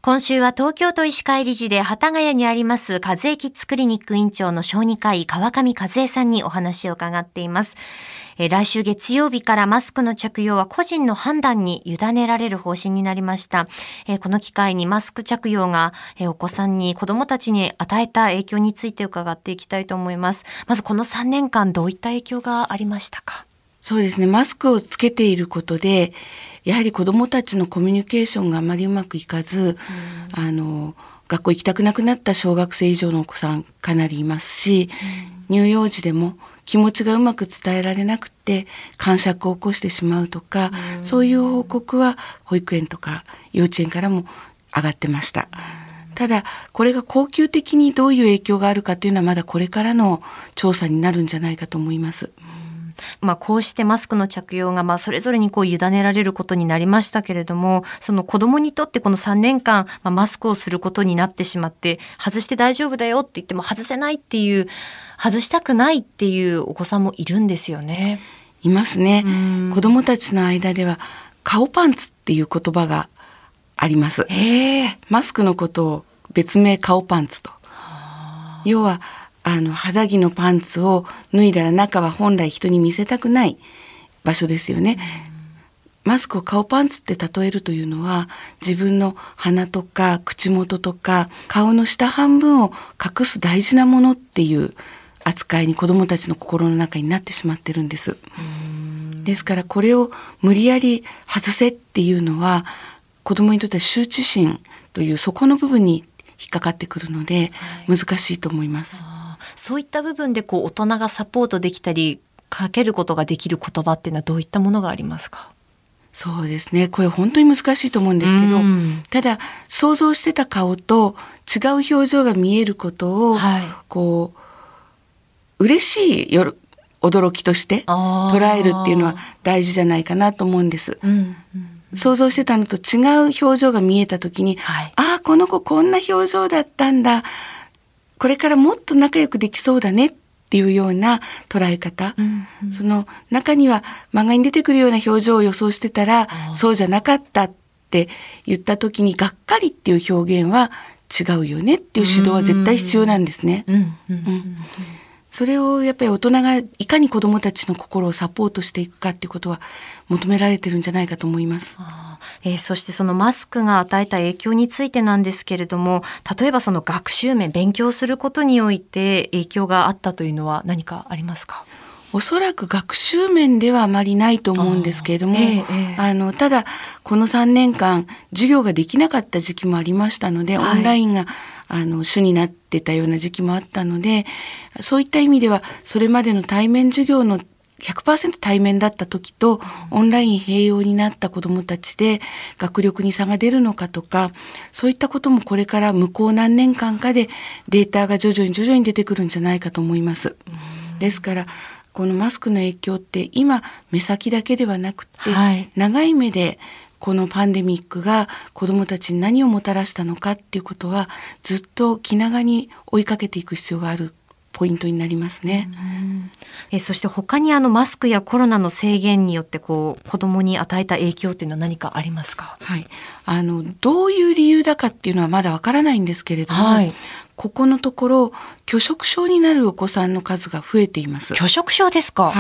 今週は東京都医師会理事で幡ヶ谷にあります和江キッズクリニック院長の小児科医川上和恵さんにお話を伺っています。来週月曜日からマスクの着用は個人の判断に委ねられる方針になりました。この機会にマスク着用がお子さんに子どもたちに与えた影響について伺っていきたいと思います。まずこの3年間どういった影響がありましたか？ そうですね、マスクをつけていることでやはり子どもたちのコミュニケーションがあまりうまくいかず、学校行きたくなくなった小学生以上のお子さんかなりいますし、乳幼児でも気持ちがうまく伝えられなくて癇癪を起こしてしまうとか、そういう報告は保育園とか幼稚園からも上がってました。ただこれが恒久的にどういう影響があるかというのはまだこれからの調査になるんじゃないかと思います。 こうしてマスクの着用がそれぞれに委ねられることになりましたけれども、その子どもにとってこの3年間、マスクをすることになってしまって、外して大丈夫だよって言っても外せないっていう、外したくないっていうお子さんもいるんですよね。 いますね。子どもたちの間では顔パンツっていう言葉があります。マスクのことを別名顔パンツと。要は肌着のパンツを脱いだら中は本来人に見せたくない場所ですよね。マスクを顔パンツって例えるというのは、自分の鼻とか口元とか顔の下半分を隠す大事なものっていう扱いに子どもたちの心の中になってしまってるんです。ですからこれを無理やり外せっていうのは子どもにとっては羞恥心というそこの部分に引っかかってくるので難しいと思います。 そういった部分で大人がサポートできたりかけることができる言葉っていうのはどういったものがありますか？ そうですね、これ本当に難しいと思うんですけど、ただ想像してた顔と違う表情が見えることを、嬉しい驚きとして捉えるっていうのは大事じゃないかなと思うんです。想像してたのと違う表情が見えた時に、この子こんな表情だったんだ、これからもっと仲良くできそうだねっていうような捉え方、その中には漫画に出てくるような表情を予想してたらそうじゃなかったって言った時にがっかりっていう表現は違うよねっていう指導は絶対必要なんですね。それをやっぱり大人がいかに子どもたちの心をサポートしていくかっていうことは求められてるんじゃないかと思います。 そしてそのマスクが与えた影響についてなんですけれども、例えばその学習面、勉強することにおいて影響があったというのは何かありますか？ おそらく学習面ではあまりないと思うんですけれども、ただこの3年間授業ができなかった時期もありましたので、オンラインが主になってたような時期もあったので、そういった意味ではそれまでの対面授業の 100% 対面だった時とオンライン併用になった子どもたちで学力に差が出るのかとか、そういったこともこれから向こう何年間かでデータが徐々に出てくるんじゃないかと思います。ですからこのマスクの影響って今目先だけではなくて、長い目でこのパンデミックが子どもたちに何をもたらしたのかっていうことはずっと気長に追いかけていく必要があるポイントになりますね。 そして他にマスクやコロナの制限によって子どもに与えた影響というのは何かありますか？ どういう理由だかっていうのはまだわからないんですけれども、ここのところ拒食症になるお子さんの数が増えています。 拒食症ですか？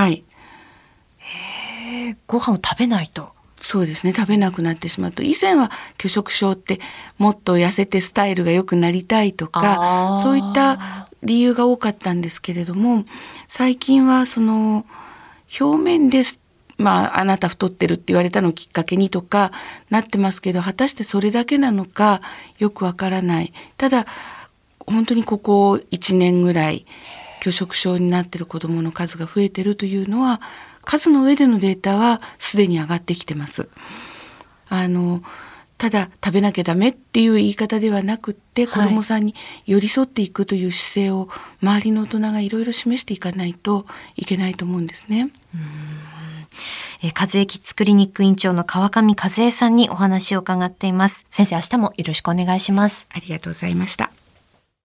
ご飯を食べないと。 そうですね、食べなくなってしまうと、以前は拒食症ってもっと痩せてスタイルが良くなりたいとかそういった理由が多かったんですけれども、最近はその表面ですあなた太ってるって言われたのをきっかけにとかなってますけど、果たしてそれだけなのかよくわからない。ただ本当にここ1年ぐらい拒食症になっている子どもの数が増えているというのは数の上でのデータはすでに上がってきてます。ただ食べなきゃダメっていう言い方ではなくって、子どもさんに寄り添っていくという姿勢を周りの大人がいろいろ示していかないといけないと思うんですね。 和江キッズクリニック院長の川上和恵さんにお話を伺っています。先生、明日もよろしくお願いします。 ありがとうございました。